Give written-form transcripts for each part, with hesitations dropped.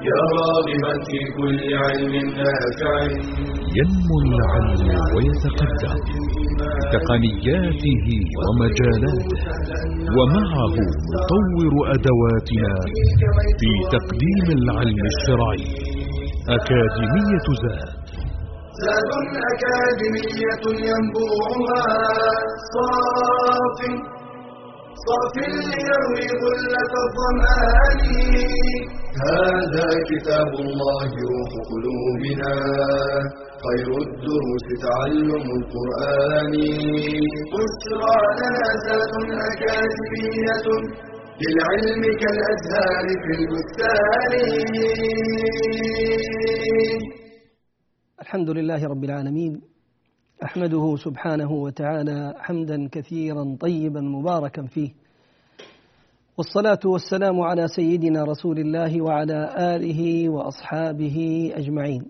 يا راغبا في كل علم نافع. ينمو العلم ويتقدم بتقنياته ومجالاته، ومعه نطور أدواتنا في تقديم العلم الشرعي. أكاديمية زاد أكاديمية ينبوعها صاف ليروي غلة الظمآن. هذا كتاب الله روح قلوبنا، خير الدروس تعلم القرآن. بشرى لنا زاد أكاديمية للعلم كالأزهار في البستان. الحمد لله رب العالمين، أحمده سبحانه وتعالى حمدا كثيرا طيبا مباركا فيه، والصلاة والسلام على سيدنا رسول الله وعلى آله وأصحابه أجمعين.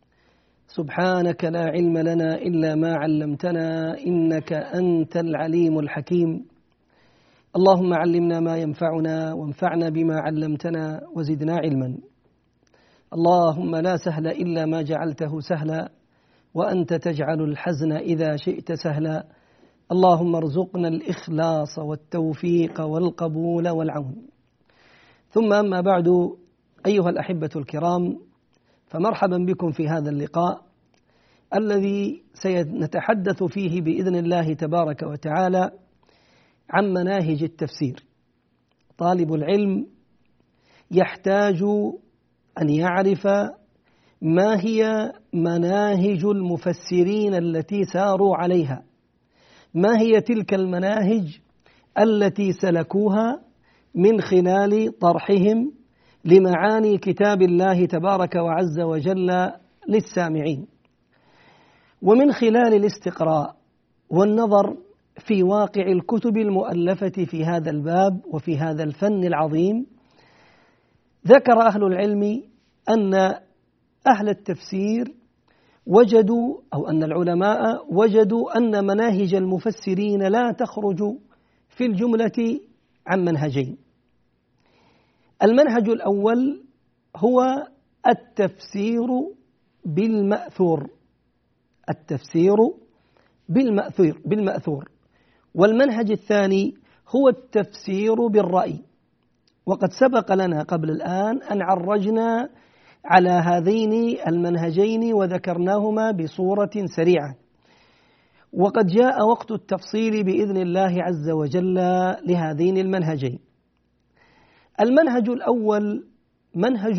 سبحانك لا علم لنا إلا ما علمتنا، إنك أنت العليم الحكيم. اللهم علمنا ما ينفعنا وانفعنا بما علمتنا وزدنا علما. اللهم لا سهل إلا ما جعلته سهلا، وأنت تجعل الحزن إذا شئت سهلا. اللهم ارزقنا الإخلاص والتوفيق والقبول والعون. ثم أما بعد، أيها الأحبة الكرام، فمرحبا بكم في هذا اللقاء الذي سنتحدث فيه بإذن الله تبارك وتعالى عن مناهج التفسير. طالب العلم يحتاج أن يعرف ما هي مناهج المفسرين التي ساروا عليها، ما هي تلك المناهج التي سلكوها من خلال طرحهم لمعاني كتاب الله تبارك وعز وجل للسامعين، ومن خلال الاستقراء والنظر في واقع الكتب المؤلفة في هذا الباب وفي هذا الفن العظيم. ذكر أهل العلم أن أهل التفسير وجدوا، أو أن العلماء وجدوا أن مناهج المفسرين لا تخرج في الجملة عن منهجين. المنهج الأول هو التفسير بالمأثور، التفسير بالمأثور. والمنهج الثاني هو التفسير بالرأي. وقد سبق لنا قبل الآن أن عرجنا على هذين المنهجين وذكرناهما بصورة سريعة، وقد جاء وقت التفصيل بإذن الله عز وجل لهذين المنهجين. المنهج الأول منهج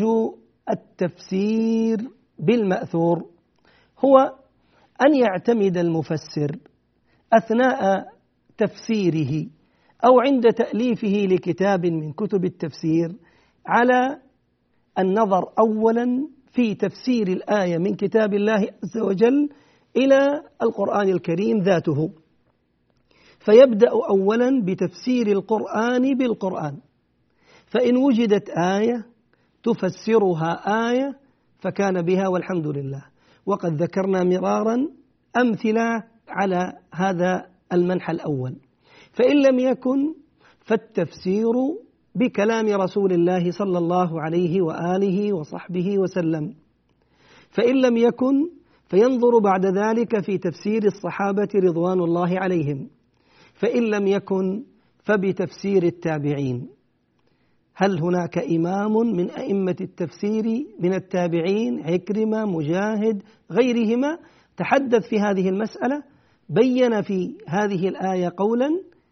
التفسير بالمأثور، هو أن يعتمد المفسر أثناء تفسيره أو عند تأليفه لكتاب من كتب التفسير على النظر أولا في تفسير الآية من كتاب الله عز وجل إلى القرآن الكريم ذاته، فيبدأ أولا بتفسير القرآن بالقرآن، فإن وجدت آية تفسرها آية فكان بها والحمد لله. وقد ذكرنا مرارا أمثلة على هذا المنحى الأول. فإن لم يكن فالتفسير بكلام رسول الله صلى الله عليه وآله وصحبه وسلم. فإن لم يكن فينظر بعد ذلك في تفسير الصحابة رضوان الله عليهم. فإن لم يكن فبتفسير التابعين. هل هناك إمام من أئمة التفسير من التابعين، عكرمة، مجاهد، غيرهما، تحدث في هذه المسألة، بين في هذه الآية قولا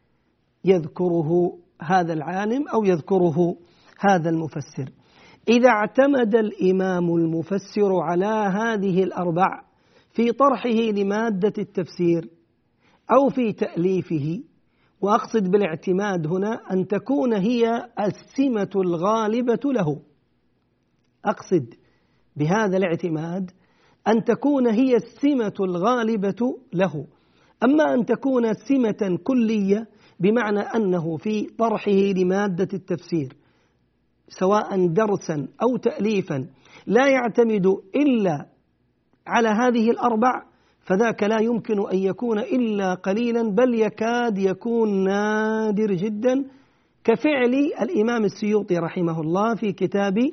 يذكره هذا العالم أو يذكره هذا المفسر. إذا اعتمد الإمام المفسر على هذه الأربع في طرحه لمادة التفسير أو في تأليفه، وأقصد بالاعتماد هنا أن تكون هي السمة الغالبة له، أقصد بهذا الاعتماد أن تكون هي السمة الغالبة له. أما أن تكون سمة كلية بمعنى أنه في طرحه لمادة التفسير سواء درسا أو تأليفا لا يعتمد إلا على هذه الأربع، فذاك لا يمكن أن يكون إلا قليلا، بل يكاد يكون نادر جدا، كفعل الإمام السيوطي رحمه الله في كتاب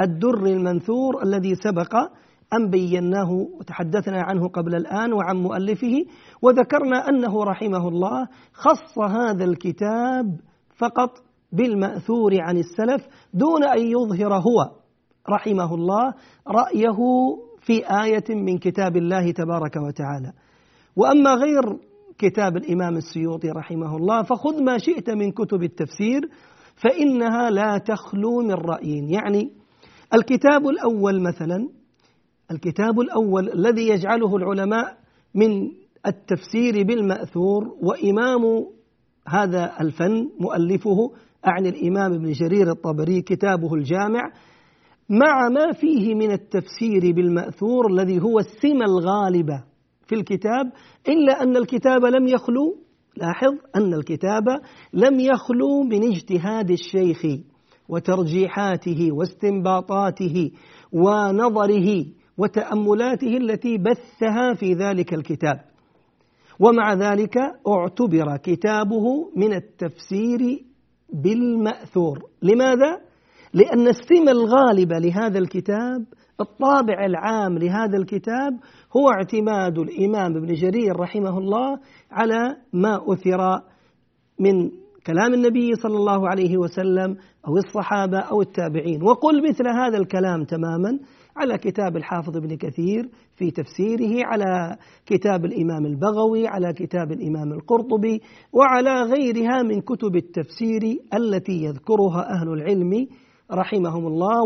الدر المنثور الذي سبق أن بيناه وتحدثنا عنه قبل الآن وعن مؤلفه، وذكرنا أنه رحمه الله خص هذا الكتاب فقط بالمأثور عن السلف دون أن يظهر هو رحمه الله رأيه في آية من كتاب الله تبارك وتعالى. وأما غير كتاب الإمام السيوطي رحمه الله فخذ ما شئت من كتب التفسير فإنها لا تخلو من رأي. يعني الكتاب الأول مثلا، الكتاب الأول الذي يجعله العلماء من التفسير بالمأثور، وإمام هذا الفن مؤلفه أعني الإمام ابن جرير الطبري كتابه الجامع، مع ما فيه من التفسير بالمأثور الذي هو السمة الغالبة في الكتاب، إلا أن الكتاب لم يخلو، لاحظ أن الكتاب لم يخلو من اجتهاد الشيخ وترجيحاته واستنباطاته ونظره وتأملاته التي بثها في ذلك الكتاب. ومع ذلك اعتبر كتابه من التفسير بالمأثور. لماذا؟ لأن السمة الغالبة لهذا الكتاب، الطابع العام لهذا الكتاب هو اعتماد الإمام ابن جرير رحمه الله على ما أثر من كلام النبي صلى الله عليه وسلم أو الصحابة أو التابعين. وقل مثل هذا الكلام تماما على كتاب الحافظ ابن كثير في تفسيره، على كتاب الإمام البغوي، على كتاب الإمام القرطبي، وعلى غيرها من كتب التفسير التي يذكرها أهل العلم رحمهم الله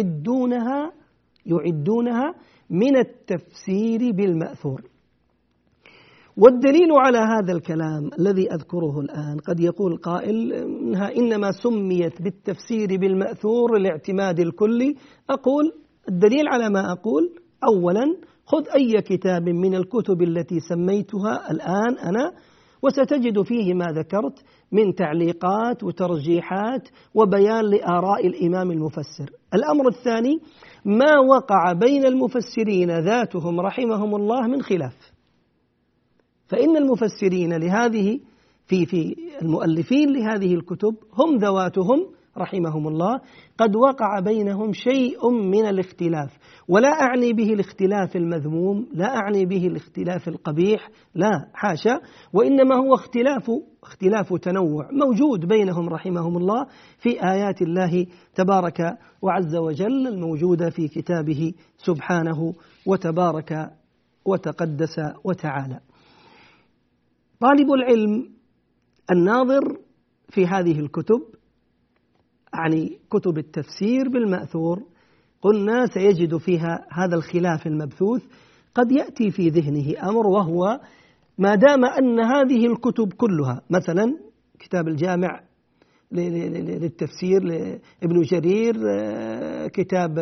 ويعدونها من التفسير بالمأثور. والدليل على هذا الكلام الذي أذكره الآن قد يقول قائل إنها إنما سميت بالتفسير بالمأثور الاعتماد الكلي. أقول الدليل على ما أقول: أولا خذ أي كتاب من الكتب التي سميتها الآن أنا وستجد فيه ما ذكرت من تعليقات وترجيحات وبيان لآراء الإمام المفسر. الأمر الثاني ما وقع بين المفسرين ذاتهم رحمهم الله من خلاف، فإن المفسرين لهذه في المؤلفين لهذه الكتب هم ذواتهم رحمهم الله قد وقع بينهم شيء من الاختلاف، ولا أعني به الاختلاف المذموم، لا أعني به الاختلاف القبيح، لا حاشا، وإنما هو اختلاف تنوع موجود بينهم رحمهم الله في آيات الله تبارك وعز وجل الموجودة في كتابه سبحانه وتبارك وتقدس وتعالى. طالب العلم الناظر في هذه الكتب، يعني كتب التفسير بالمأثور، قلنا سيجد فيها هذا الخلاف المبثوث. قد يأتي في ذهنه أمر، وهو ما دام أن هذه الكتب كلها، مثلا كتاب الجامع للتفسير لابن جرير، كتاب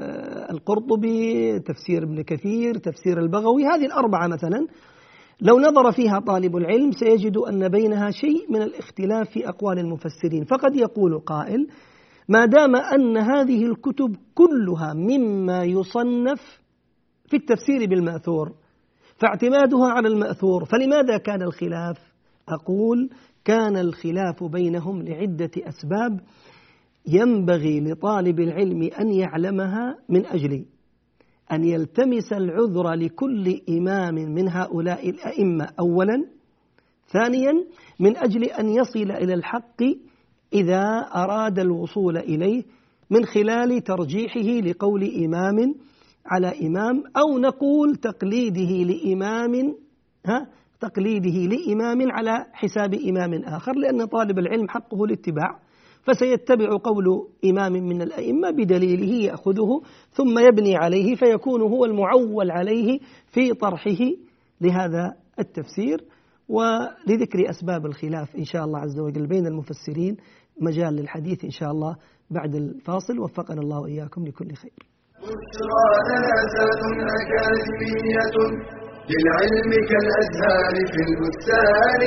القرطبي، تفسير ابن كثير، تفسير البغوي، هذه الأربعة مثلا لو نظر فيها طالب العلم سيجد أن بينها شيء من الاختلاف في أقوال المفسرين. فقد يقول قائل: ما دام أن هذه الكتب كلها مما يصنف في التفسير بالمأثور فاعتمادها على المأثور، فلماذا كان الخلاف؟ أقول: كان الخلاف بينهم لعدة أسباب ينبغي لطالب العلم أن يعلمها من أجل أن يلتمس العذر لكل إمام من هؤلاء الأئمة أولا، ثانيا من أجل أن يصل إلى الحق إذا أراد الوصول إليه من خلال ترجيحه لقول إمام على إمام، أو نقول تقليده لإمام على حساب إمام آخر، لأن طالب العلم حقه الاتباع، فسيتبع قول إمام من الأئمة بدليله يأخذه ثم يبني عليه، فيكون هو المعول عليه في طرحه لهذا التفسير. ولذكر أسباب الخلاف إن شاء الله عز وجل بين المفسرين مجال للحديث إن شاء الله بعد الفاصل، وفقنا الله وإياكم لكل خير. بشرى جنازة أكاديمية للعلم كالأزهار في البستان.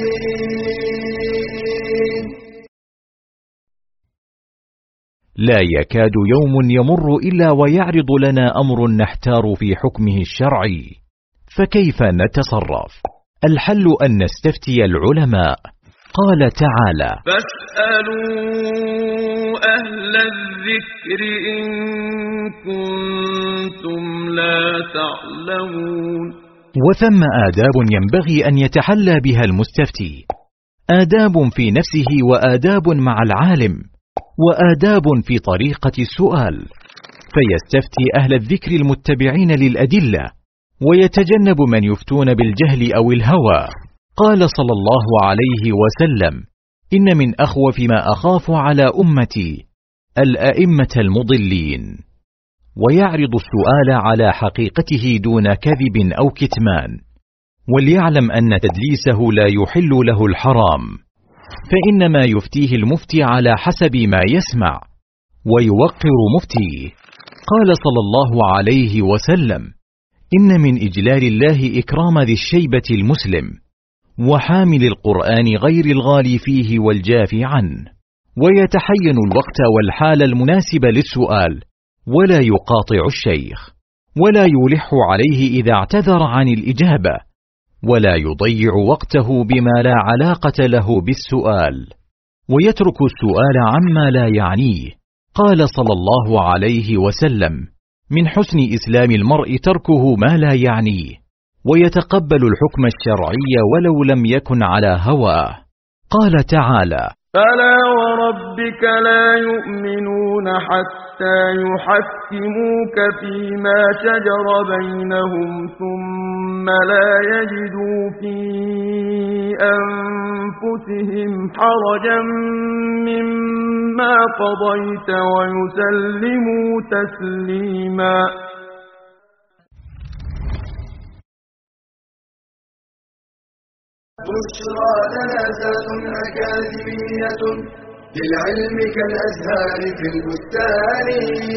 لا يكاد يوم يمر إلا ويعرض لنا أمر نحتار في حكمه الشرعي، فكيف نتصرف؟ الحل أن نستفتي العلماء. قال تعالى: فاسألوا أهل الذكر إن كنتم لا تعلمون. وثم آداب ينبغي أن يتحلى بها المستفتي، آداب في نفسه وآداب مع العالم وآداب في طريقة السؤال، فيستفتي أهل الذكر المتبعين للأدلة ويتجنب من يفتون بالجهل أو الهوى. قال صلى الله عليه وسلم: إن من أخوف ما أخاف على أمتي الأئمة المضلين. ويعرض السؤال على حقيقته دون كذب أو كتمان، وليعلم أن تدليسه لا يحل له الحرام، فإنما يفتيه المفتي على حسب ما يسمع ويوقر مفتيه. قال صلى الله عليه وسلم: إن من إجلال الله إكرام ذي الشيبة المسلم وحامل القرآن غير الغالي فيه والجافي عنه. ويتحين الوقت والحال المناسب للسؤال، ولا يقاطع الشيخ، ولا يلح عليه إذا اعتذر عن الإجابة، ولا يضيع وقته بما لا علاقة له بالسؤال، ويترك السؤال عما لا يعنيه. قال صلى الله عليه وسلم: من حسن إسلام المرء تركه ما لا يعنيه، ويتقبل الحكم الشرعي ولو لم يكن على هواه. قال تعالى: فلا وربك لا يؤمنون حتى يحكموك فيما شجر بينهم ثم لا يجدوا في أنفسهم حرجا مما قضيت ويسلموا تسليما. بشرى لنا ذات أكاديمية للعلم كالأزهار في البستان.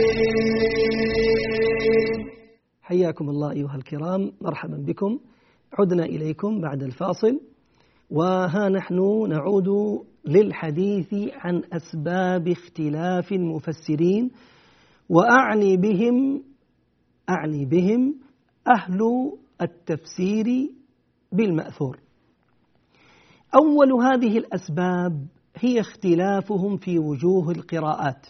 حياكم الله أيها الكرام، مرحبا بكم. عدنا إليكم بعد الفاصل، وها نحن نعود للحديث عن أسباب اختلاف المفسرين، وأعني بهم أهل التفسير بالمأثور. أول هذه الأسباب هي اختلافهم في وجوه القراءات،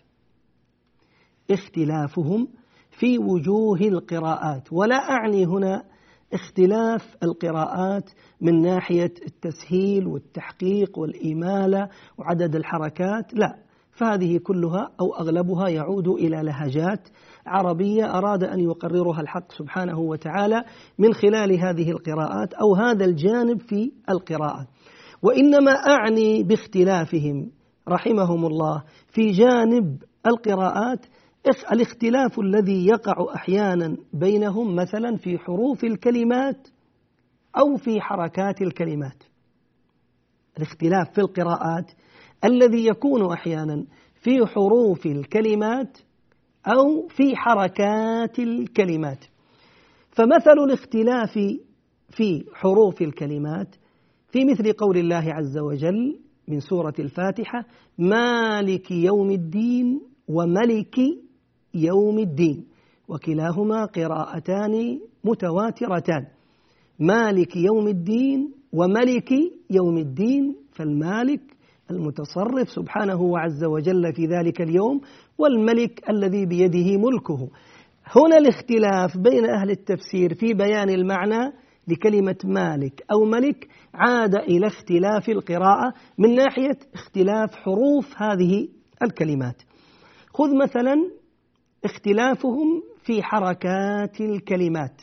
اختلافهم في وجوه القراءات، ولا أعني هنا اختلاف القراءات من ناحية التسهيل والتحقيق والإمالة وعدد الحركات، لا، فهذه كلها أو أغلبها يعود إلى لهجات عربية أراد أن يقررها الحق سبحانه وتعالى من خلال هذه القراءات أو هذا الجانب في القراءة. وإنما أعني باختلافهم رحمهم الله في جانب القراءات الاختلاف الذي يقع أحيانا بينهم مثلا في حروف الكلمات أو في حركات الكلمات. الاختلاف في القراءات الذي يكون أحيانا في حروف الكلمات أو في حركات الكلمات. فمثل الاختلاف في حروف الكلمات في مثل قول الله عز وجل من سورة الفاتحة: مالك يوم الدين وملك يوم الدين، وكلاهما قراءتان متواترتان. مالك يوم الدين وملك يوم الدين، فالمالك المتصرف سبحانه عز وجل في ذلك اليوم، والملك الذي بيده ملكه. هنا الاختلاف بين أهل التفسير في بيان المعنى لكلمة مالك أو ملك عاد إلى اختلاف القراءة من ناحية اختلاف حروف هذه الكلمات. خذ مثلا اختلافهم في حركات الكلمات،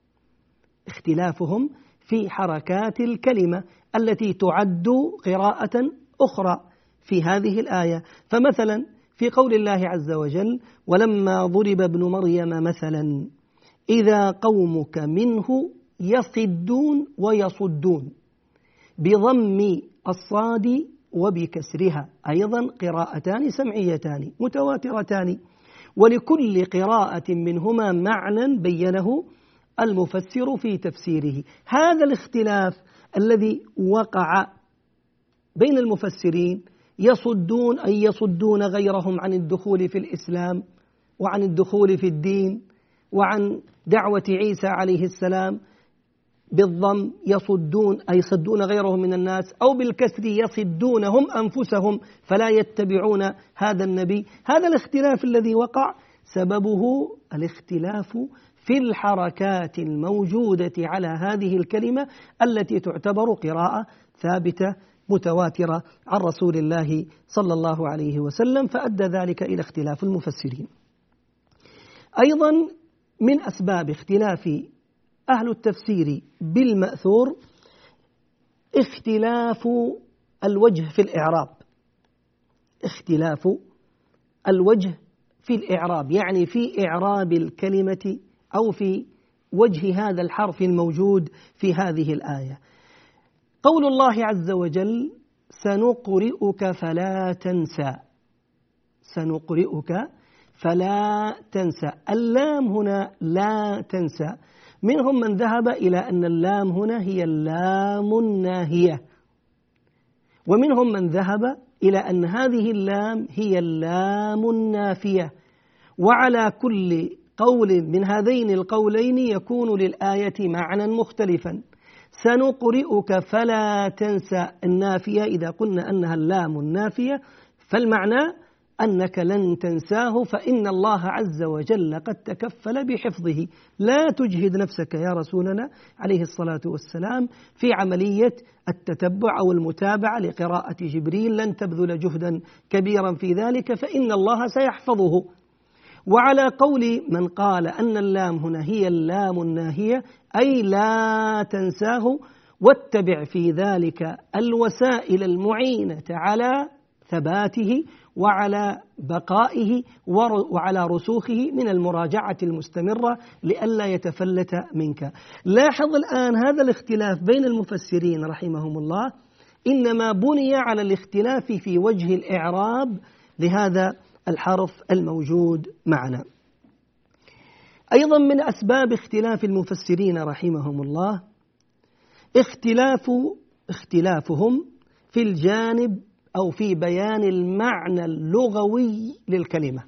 اختلافهم في حركات الكلمة التي تعد قراءة أخرى في هذه الآية. فمثلا في قول الله عز وجل: ولما ضرب ابن مريم مثلا إذا قومك منه يصدون ويصدون، بضم الصاد وبكسرها، أيضا قراءتان سمعيتان متواترتان، ولكل قراءة منهما معنى بينه المفسر في تفسيره. هذا الاختلاف الذي وقع بين المفسرين، يصدون أي يصدون غيرهم عن الدخول في الإسلام وعن الدخول في الدين وعن دعوة عيسى عليه السلام، بالضم يصدون أي يصدون غيرهم من الناس، أو بالكسر يصدونهم أنفسهم فلا يتبعون هذا النبي. هذا الاختلاف الذي وقع سببه الاختلاف في الحركات الموجودة على هذه الكلمة التي تعتبر قراءة ثابتة متواترة عن رسول الله صلى الله عليه وسلم، فأدى ذلك إلى اختلاف المفسرين. أيضا من أسباب اختلاف أهل التفسير بالمأثور اختلاف الوجه في الإعراب. اختلاف الوجه في الإعراب، يعني في إعراب الكلمة أو في وجه هذا الحرف الموجود في هذه الآية. قول الله عز وجل: سنقرئك فلا تنسى. سنقرئك فلا تنسى، اللام هنا لا تنسى. منهم من ذهب إلى أن اللام هنا هي اللام الناهية، ومنهم من ذهب إلى أن هذه اللام هي اللام النافية. وعلى كل قول من هذين القولين يكون للآية معنى مختلفا. سنقرئك فلا تنسى النافية، إذا قلنا أنها اللام النافية فالمعنى أنك لن تنساه، فإن الله عز وجل قد تكفل بحفظه. لا تجهد نفسك يا رسولنا عليه الصلاة والسلام في عملية التتبع أو المتابعة لقراءة جبريل، لن تبذل جهدا كبيرا في ذلك، فإن الله سيحفظه. وعلى قول من قال أن اللام هنا هي اللام الناهية أي لا تنساه، واتبع في ذلك الوسائل المعينة على ثباته وعلى بقائه وعلى رسوخه من المراجعة المستمرة لئلا يتفلت منك. لاحظ الآن هذا الاختلاف بين المفسرين رحمهم الله إنما بني على الاختلاف في وجه الإعراب لهذا الحرف الموجود معنا. أيضا من أسباب اختلاف المفسرين رحمهم الله اختلافهم في الجانب أو في بيان المعنى اللغوي للكلمة،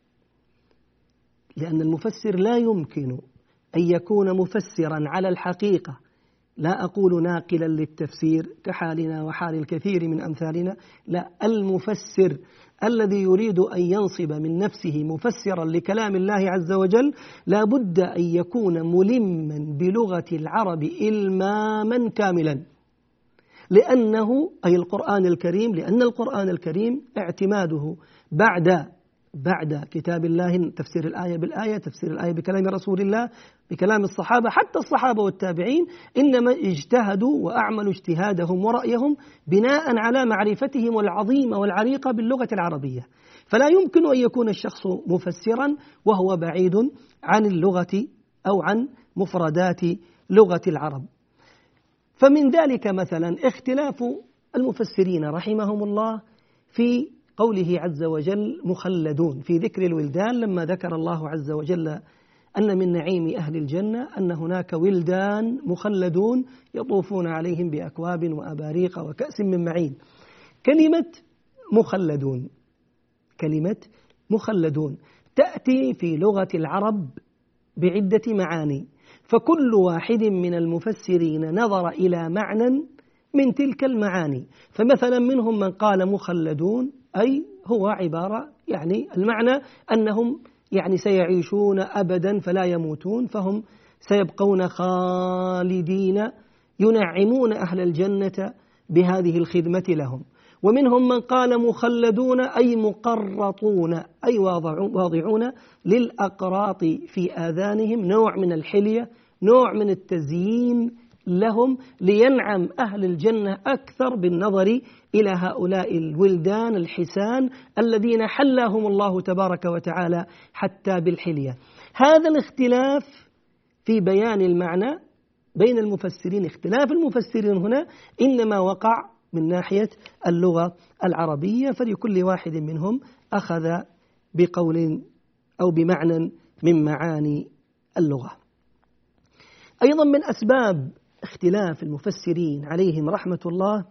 لأن المفسر لا يمكن أن يكون مفسرا على الحقيقة، لا أقول ناقلا للتفسير كحالنا وحال الكثير من أمثالنا، لا، المفسر الذي يريد أن ينصب من نفسه مفسرا لكلام الله عز وجل لا بد أن يكون ملما بلغة العرب إلماما كاملا، لأنه أي القرآن الكريم، لأن القرآن الكريم اعتماده بعد كتاب الله، تفسير الآية بالآية، تفسير الآية بكلام رسول الله، بكلام الصحابة، حتى الصحابة والتابعين إنما اجتهدوا وأعملوا اجتهادهم ورأيهم بناء على معرفتهم العظيمة والعريقة باللغة العربية، فلا يمكن أن يكون الشخص مفسرا وهو بعيد عن اللغة أو عن مفردات لغة العرب. فمن ذلك مثلا اختلاف المفسرين رحمهم الله في قوله عز وجل مخلدون في ذكر الولدان، لما ذكر الله عز وجل أن من نعيم أهل الجنة أن هناك ولدان مخلدون يطوفون عليهم بأكواب وأباريق وكأس من معين. كلمة مخلدون تأتي في لغة العرب بعدة معاني، فكل واحد من المفسرين نظر إلى معنى من تلك المعاني. فمثلا منهم من قال مخلدون أي هو عبارة يعني المعنى أنهم يعني سيعيشون أبدا فلا يموتون، فهم سيبقون خالدين ينعمون أهل الجنة بهذه الخدمة لهم. ومنهم من قال مخلدون أي مقرطون أي واضعون للأقراط في آذانهم نوع من الحلية، نوع من التزيين لهم لينعم أهل الجنة أكثر بالنظر إلى هؤلاء الولدان الحسان الذين حلاهم الله تبارك وتعالى حتى بالحلية. هذا الاختلاف في بيان المعنى بين المفسرين، اختلاف المفسرين هنا إنما وقع من ناحية اللغة العربية، فلكل واحد منهم أخذ بقول أو بمعنى من معاني اللغة. أيضا من أسباب اختلاف المفسرين عليهم رحمة الله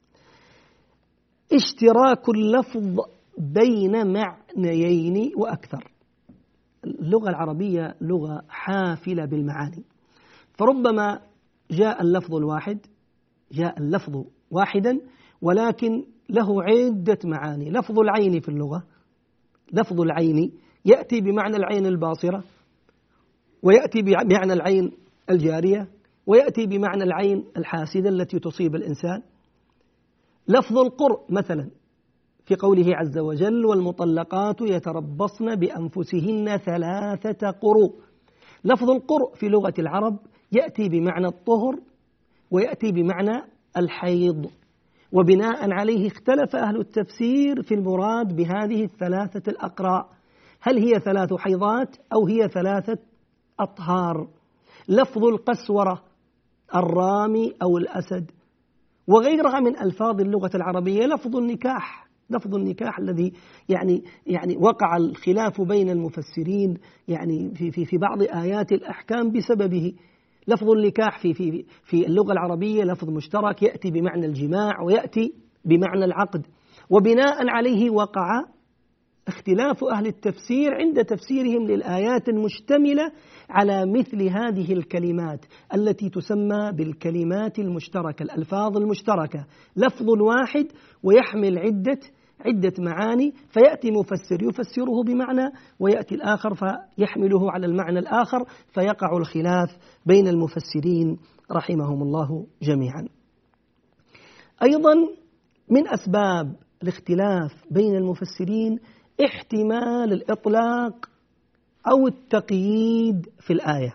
اشتراك اللفظ بين معنيين وأكثر. اللغة العربية لغة حافلة بالمعاني، فربما جاء اللفظ الواحد، جاء اللفظ واحدا ولكن له عدة معاني. لفظ العين في اللغة، لفظ العين يأتي بمعنى العين الباصرة، ويأتي بمعنى العين الجارية، ويأتي بمعنى العين الحاسدة التي تصيب الإنسان. لفظ القرء مثلا في قوله عز وجل والمطلقات يتربصن بأنفسهن 3 قروء. لفظ القرء في لغة العرب يأتي بمعنى الطهر ويأتي بمعنى الحيض، وبناء عليه اختلف أهل التفسير في المراد بهذه 3 الأقراء، هل هي 3 حيضات أو هي 3 أطهار. لفظ القسورة، الرامي أو الأسد، وغيرها من ألفاظ اللغة العربية. لفظ النكاح، لفظ النكاح الذي يعني وقع الخلاف بين المفسرين يعني في بعض آيات الأحكام بسببه. لفظ النكاح في اللغة العربية لفظ مشترك يأتي بمعنى الجماع ويأتي بمعنى العقد، وبناء عليه وقع اختلاف أهل التفسير عند تفسيرهم للآيات المشتملة على مثل هذه الكلمات التي تسمى بالكلمات المشتركة، الألفاظ المشتركة. لفظ واحد ويحمل عدة معاني، فيأتي مفسر يفسره بمعنى ويأتي الآخر فيحمله على المعنى الآخر، فيقع الخلاف بين المفسرين رحمهم الله جميعا. أيضا من أسباب الاختلاف بين المفسرين احتمال الإطلاق أو التقييد في الآية.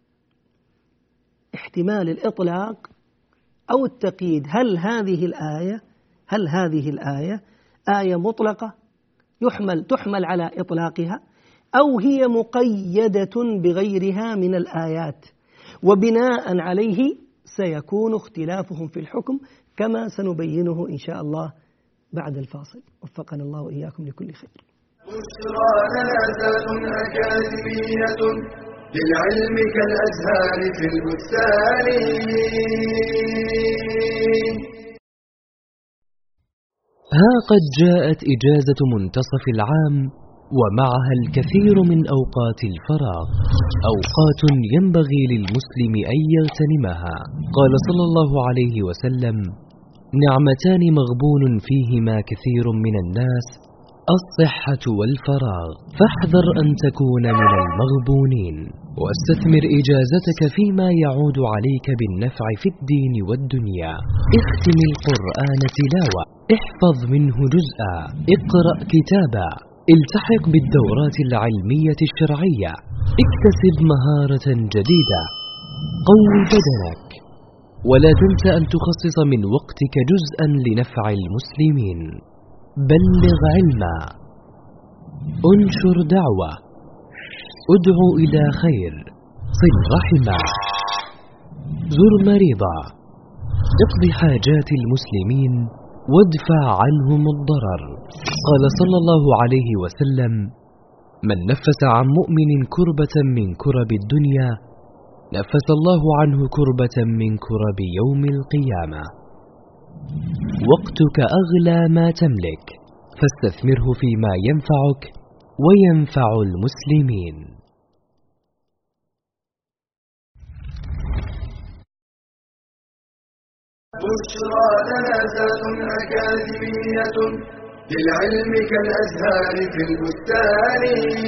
احتمال الإطلاق أو التقييد، هل هذه الآية آية مطلقة تحمل على إطلاقها، أو هي مقيدة بغيرها من الآيات، وبناء عليه سيكون اختلافهم في الحكم كما سنبينه إن شاء الله بعد الفاصل. وفقنا الله وإياكم لكل خير. بشرى جنازات أكاديمية للعلم كالأزهار في البستان. ها قد جاءت إجازة منتصف العام ومعها الكثير من أوقات الفراغ، أوقات ينبغي للمسلم أن يغتنمها. قال صلى الله عليه وسلم: نعمتان مغبون فيهما كثير من الناس، الصحة والفراغ، فاحذر أن تكون من المغبونين، واستثمر إجازتك فيما يعود عليك بالنفع في الدين والدنيا. اختم القرآن تلاوة، احفظ منه جزءا، اقرأ كتابا، التحق بالدورات العلمية الشرعية، اكتسب مهارة جديدة، قوي بدنك، ولا تنس أن تخصص من وقتك جزءا لنفع المسلمين. بلغ علما، انشر دعوة، ادعو إلى خير، صل رحما، زر مريضا، اقض حاجات المسلمين، وادفع عنهم الضرر. قال صلى الله عليه وسلم: من نفس عن مؤمن كربة من كرب الدنيا نفس الله عنه كربة من كرب يوم القيامة. وقتك أغلى ما تملك، فاستثمره فيما ينفعك وينفع المسلمين. بشرى جنازات أكاديمية للعلم كالأزهار في البستان.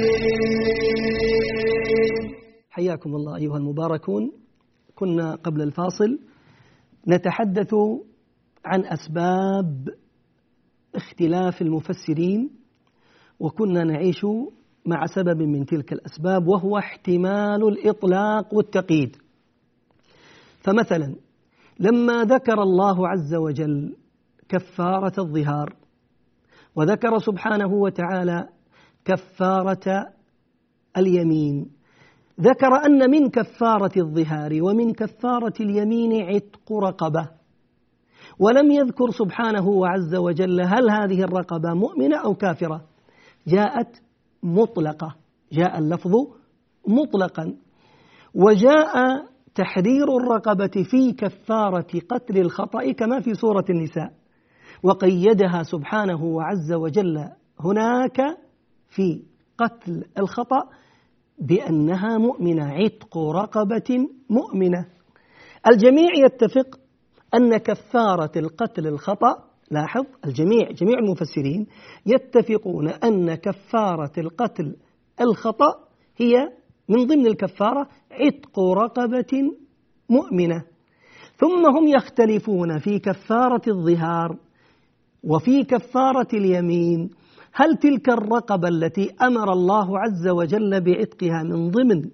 حياكم الله أيها المباركون. كنا قبل الفاصل نتحدث عن أسباب اختلاف المفسرين، وكنا نعيش مع سبب من تلك الأسباب وهو احتمال الإطلاق والتقييد. فمثلا لما ذكر الله عز وجل كفارة الظهار، وذكر سبحانه وتعالى كفارة اليمين، ذكر أن من كفارة الظهار ومن كفارة اليمين عتق رقبة، ولم يذكر سبحانه عز وجل هل هذه الرقبة مؤمنة أو كافرة. جاءت مطلقة، جاء اللفظ مطلقا، وجاء تحرير الرقبة في كفارة قتل الخطأ كما في سورة النساء، وقيدها سبحانه عز وجل هناك في قتل الخطأ بأنها مؤمنة، عتق رقبة مؤمنة. الجميع يتفق أن كفارة القتل الخطأ، لاحظ جميع المفسرين يتفقون أن كفارة القتل الخطأ هي من ضمن الكفارة عتق رقبة مؤمنة. ثم هم يختلفون في كفارة الظهار وفي كفارة اليمين، هل تلك الرقبة التي أمر الله عز وجل بعتقها من ضمن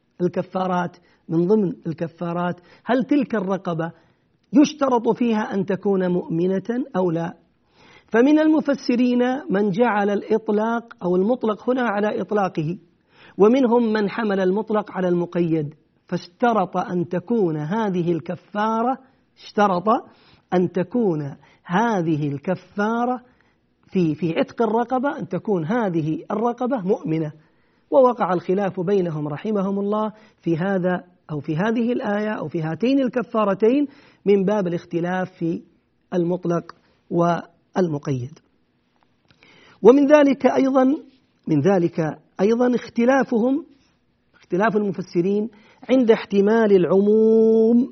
الكفارات هل تلك الرقبة يشترط فيها أن تكون مؤمنة أو لا؟ فمن المفسرين من جعل الإطلاق أو المطلق هنا على إطلاقه، ومنهم من حمل المطلق على المقيد، فاشترط أن تكون هذه الكفارة في عتق الرقبة، أن تكون هذه الرقبة مؤمنة. ووقع الخلاف بينهم رحمهم الله في هذا أو في هذه الآية أو في هاتين الكفارتين من باب الاختلاف في المطلق والمقيد. ومن ذلك أيضا اختلاف المفسرين عند احتمال العموم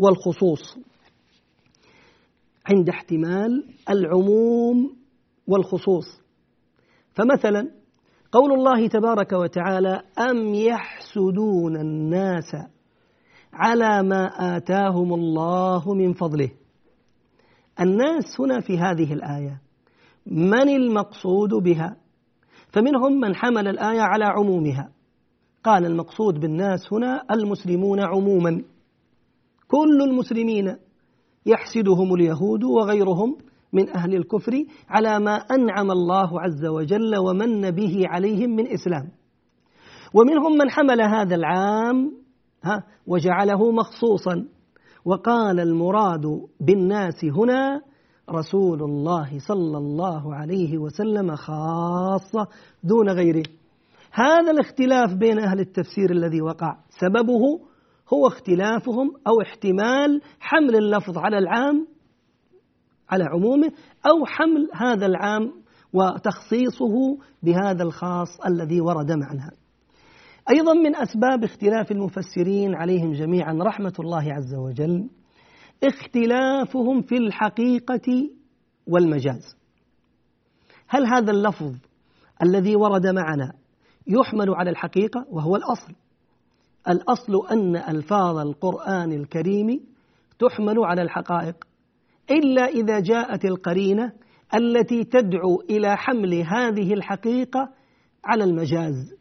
والخصوص. فمثلا قول الله تبارك وتعالى أم يحسدون الناس على ما آتاهم الله من فضله. الناس هنا في هذه الآية من المقصود بها؟ فمنهم من حمل الآية على عمومها، قال المقصود بالناس هنا المسلمون عموما، كل المسلمين يحسدهم اليهود وغيرهم من أهل الكفر على ما أنعم الله عز وجل ومن به عليهم من إسلام. ومنهم من حمل هذا العام وجعله مخصوصا، وقال المراد بالناس هنا رسول الله صلى الله عليه وسلم خاصة دون غيره. هذا الاختلاف بين أهل التفسير الذي وقع سببه هو اختلافهم أو احتمال حمل اللفظ على العام على عمومه، أو حمل هذا العام وتخصيصه بهذا الخاص الذي ورد معنا. أيضا من أسباب اختلاف المفسرين عليهم جميعا رحمة الله عز وجل اختلافهم في الحقيقة والمجاز. هل هذا اللفظ الذي ورد معنا يحمل على الحقيقة؟ وهو الأصل أن ألفاظ القرآن الكريم تحمل على الحقائق، إلا إذا جاءت القرينة التي تدعو إلى حمل هذه الحقيقة على المجاز.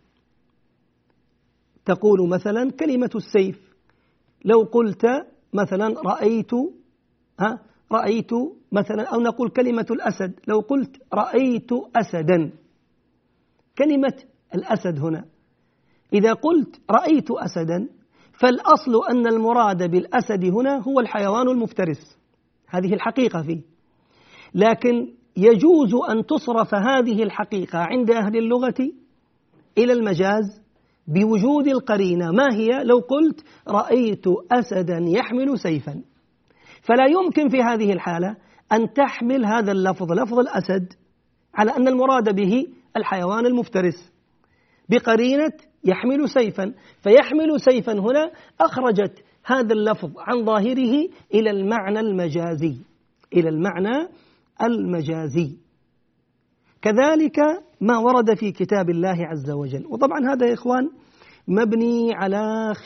تقول مثلا كلمة السيف، لو قلت مثلا رأيت مثلا، أو نقول كلمة الأسد، لو قلت رأيت أسدا، كلمة الأسد هنا إذا قلت رأيت أسدا فالأصل أن المراد بالأسد هنا هو الحيوان المفترس، هذه الحقيقة فيه. لكن يجوز أن تصرف هذه الحقيقة عند أهل اللغة إلى المجاز بوجود القرينة. ما هي؟ لو قلت رأيت أسدا يحمل سيفا، فلا يمكن في هذه الحالة أن تحمل هذا اللفظ لفظ الأسد على أن المراد به الحيوان المفترس بقرينة يحمل سيفا، فيحمل سيفا هنا أخرجت هذا اللفظ عن ظاهره إلى المعنى المجازي. كذلك ما ورد في كتاب الله عز وجل. وطبعا هذا يا إخوان مبني على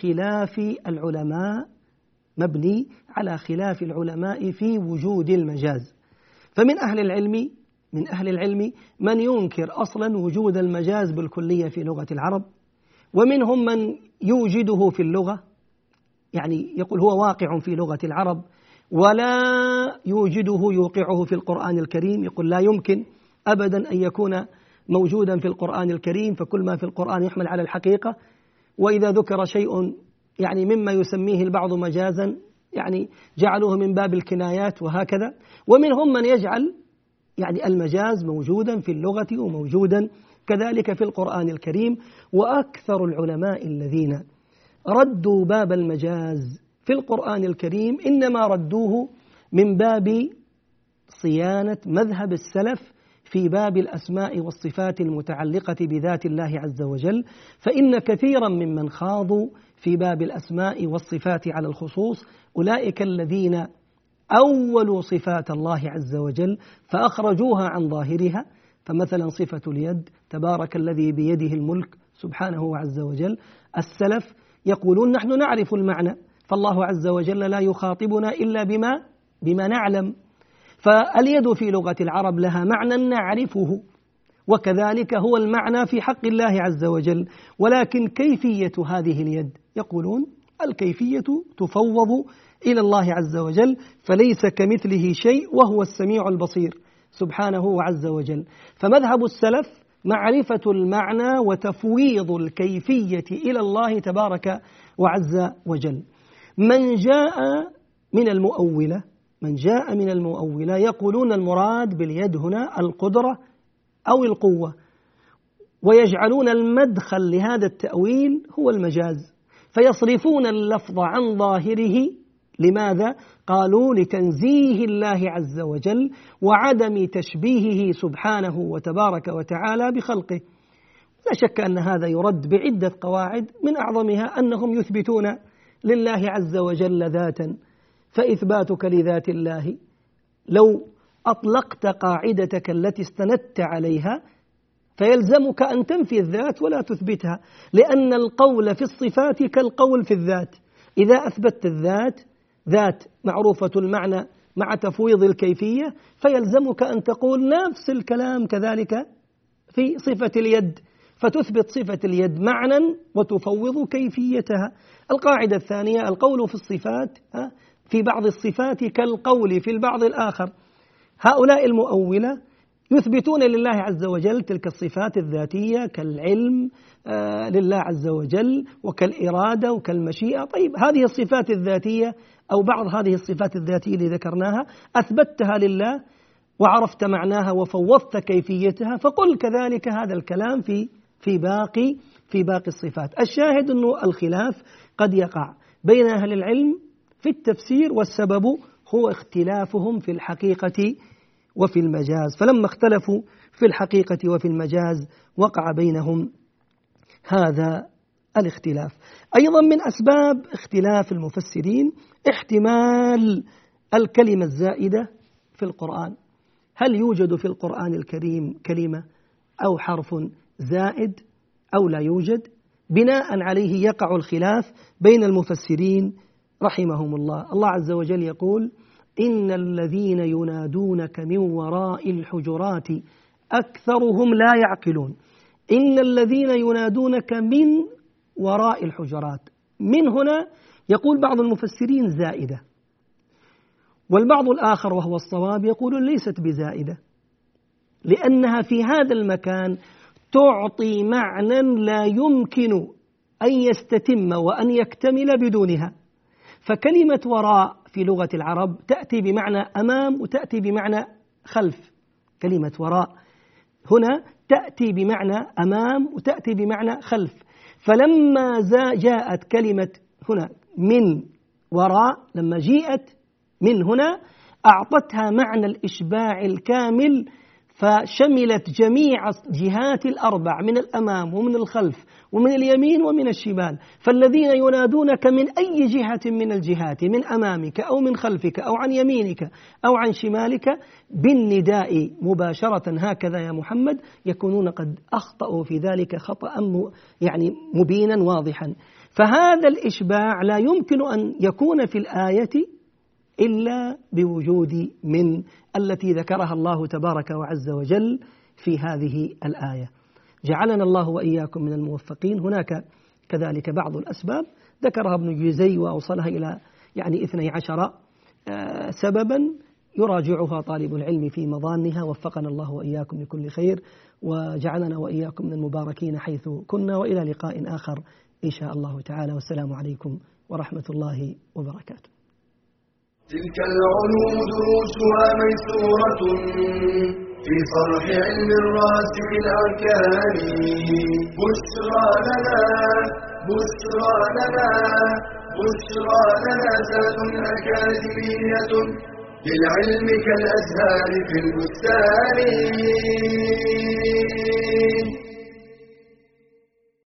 خلاف العلماء في وجود المجاز. فمن أهل العلم من ينكر أصلا وجود المجاز بالكلية في لغة العرب، ومنهم من يوجده في اللغة، يعني يقول هو واقع في لغة العرب ولا يوقعه في القرآن الكريم، يقول لا يمكن أبدا أن يكون موجودا في القرآن الكريم، فكل ما في القرآن يحمل على الحقيقة، وإذا ذكر شيء يعني مما يسميه البعض مجازا يعني جعلوه من باب الكنايات وهكذا. ومنهم من يجعل يعني المجاز موجودا في اللغة وموجودا كذلك في القرآن الكريم. وأكثر العلماء الذين ردوا باب المجاز في القرآن الكريم إنما ردوه من باب صيانة مذهب السلف في باب الأسماء والصفات المتعلقة بذات الله عز وجل، فإن كثيرا ممن خاضوا في باب الأسماء والصفات على الخصوص أولئك الذين أولوا صفات الله عز وجل فأخرجوها عن ظاهرها. فمثلا صفة اليد، تبارك الذي بيده الملك سبحانه عز وجل. السلف يقولون نحن نعرف المعنى، فالله عز وجل لا يخاطبنا إلا بما نعلم، فاليد في لغة العرب لها معنى نعرفه، وكذلك هو المعنى في حق الله عز وجل. ولكن كيفية هذه اليد يقولون الكيفية تفوض إلى الله عز وجل، فليس كمثله شيء وهو السميع البصير سبحانه عز وجل. فمذهب السلف معرفة المعنى وتفويض الكيفية إلى الله تبارك وعز وجل. من جاء من المؤولة يقولون المراد باليد هنا القدرة أو القوة، ويجعلون المدخل لهذا التأويل هو المجاز، فيصرفون اللفظ عن ظاهره. لماذا؟ قالوا لتنزيه الله عز وجل وعدم تشبيهه سبحانه وتبارك وتعالى بخلقه. لا شك أن هذا يرد بعدة قواعد، من أعظمها أنهم يثبتون لله عز وجل ذاتا، فإثباتك لذات الله لو أطلقت قاعدتك التي استندت عليها فيلزمك أن تنفي الذات ولا تثبتها، لأن القول في الصفات كالقول في الذات. إذا أثبتت الذات ذات معروفة المعنى مع تفويض الكيفية، فيلزمك أن تقول نفس الكلام كذلك في صفة اليد، فتثبت صفة اليد معنى وتفوض كيفيتها. القاعدة الثانية القول في الصفات في بعض الصفات كالقول في البعض الآخر. هؤلاء المؤولة يثبتون لله عز وجل تلك الصفات الذاتية كالعلم لله عز وجل وكالإرادة وكالمشيئة. طيب هذه الصفات الذاتية أو بعض هذه الصفات الذاتية اللي ذكرناها أثبتها لله وعرفت معناها وفوضت كيفيتها، فقل كذلك هذا الكلام في باقي الصفات. الشاهد أنه الخلاف قد يقع بين أهل العلم في التفسير، والسبب هو اختلافهم في الحقيقة وفي المجاز. فلما اختلفوا في الحقيقة وفي المجاز وقع بينهم هذا الاختلاف. أيضا من أسباب اختلاف المفسرين احتمال الكلمة الزائدة في القرآن. هل يوجد في القرآن الكريم كلمة أو حرف زائد أو لا يوجد؟ بناء عليه يقع الخلاف بين المفسرين رحمهم الله. الله عز وجل يقول إن الذين ينادونك من وراء الحجرات أكثرهم لا يعقلون. إن الذين ينادونك من وراء الحجرات، من هنا يقول بعض المفسرين زائدة، والبعض الآخر وهو الصواب يقول ليست بزائدة، لأنها في هذا المكان تعطي معنى لا يمكن أن يستتم وأن يكتمل بدونها. فكلمة وراء في لغة العرب تأتي بمعنى أمام وتأتي بمعنى خلف. كلمة وراء هنا تأتي بمعنى أمام وتأتي بمعنى خلف. فلما جاءت كلمة هنا من وراء، لما جيءت من هنا أعطتها معنى الإشباع الكامل، فشملت جميع جهات الأربع من الأمام ومن الخلف ومن اليمين ومن الشمال. فالذين ينادونك من أي جهة من الجهات، من أمامك أو من خلفك أو عن يمينك أو عن شمالك، بالنداء مباشرة هكذا يا محمد، يكونون قد أخطأوا في ذلك خطأ يعني مبينا واضحا. فهذا الإشباع لا يمكن أن يكون في الآية إلا بوجود من التي ذكرها الله تبارك وعز وجل في هذه الآية. جعلنا الله وإياكم من الموفقين. هناك كذلك بعض الأسباب ذكرها ابن جزي وأوصلها إلى 12 سببا يراجعها طالب العلم في مظانها. وفقنا الله وإياكم لكل خير، وجعلنا وإياكم من المباركين حيث كنا، وإلى لقاء آخر إن شاء الله تعالى، والسلام عليكم ورحمة الله وبركاته. تلك العلوم دروسها ميسورة في صرح علم الراسخ الأركان. بشرى لنا ذات أكاديمية للعلم كالأزهار في البستان.